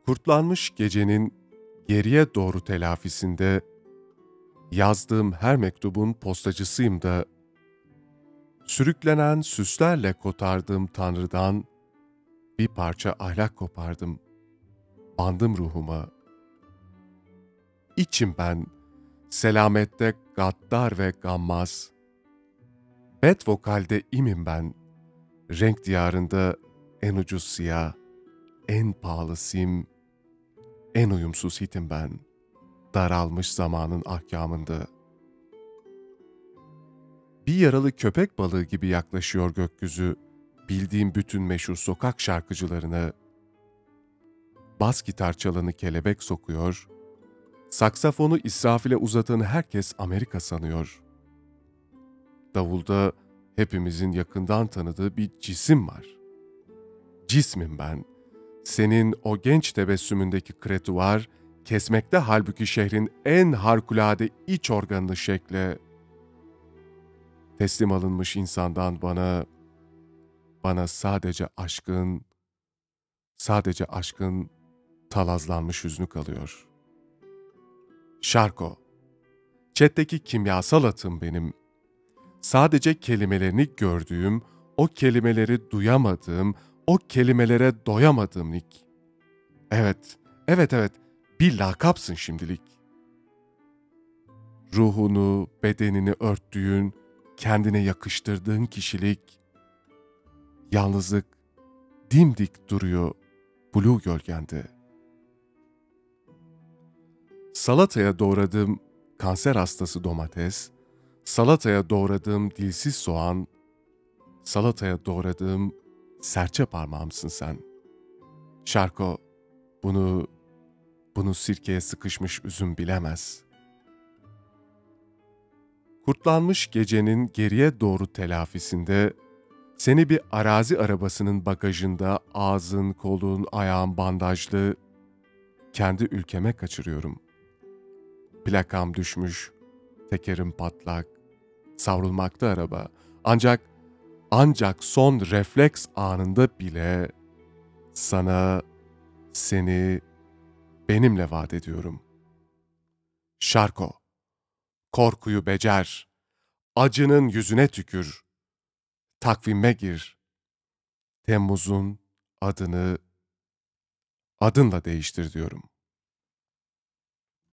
Kurtlanmış gecenin geriye doğru telafisinde yazdığım her mektubun postacısıyım da, sürüklenen süslerle kotardığım Tanrı'dan bir parça ahlak kopardım, bandım ruhuma. İçim ben, selamette gaddar ve gammaz, bet vokalde imim ben, renk diyarında en ucuz siyah, en pahalı sim, en uyumsuz hitim ben, daralmış zamanın ahkamında. Bir yaralı köpek balığı gibi yaklaşıyor gökyüzü, bildiğim bütün meşhur sokak şarkıcılarına. Bas gitar çalanı kelebek sokuyor, saksafonu İsrafil'e uzatan herkes Amerika sanıyor. Davulda hepimizin yakından tanıdığı bir cisim var. Cismim ben, senin o genç tebessümündeki kretuvar, kesmekte halbuki şehrin en harikulade iç organını şekle. Teslim alınmış insandan bana sadece aşkın talazlanmış hüznü kalıyor. Şarko, chat'teki kimyasal atım benim. Sadece kelimelerini gördüğüm, o kelimeleri duyamadığım, o kelimelere doyamadığım Nick. Evet, bir lakapsın şimdilik. Ruhunu, bedenini örttüğün, kendine yakıştırdığın kişilik, yalnızlık dimdik duruyor Blue gölgende. Salataya doğradığım kanser hastası domates, salataya doğradığım dilsiz soğan, salataya doğradığım serçe parmağımsın sen. Şarko, bunu sirkeye sıkışmış üzüm bilemez. Kurtlanmış gecenin geriye doğru telafisinde, seni bir arazi arabasının bagajında ağzın, kolun, ayağın bandajlı, kendi ülkeme kaçırıyorum. Plakam düşmüş, tekerim patlak, savrulmakta araba. Ancak son refleks anında bile seni benimle vaat ediyorum. Şarko, korkuyu becer, acının yüzüne tükür, takvime gir. Temmuz'un adını adınla değiştir diyorum.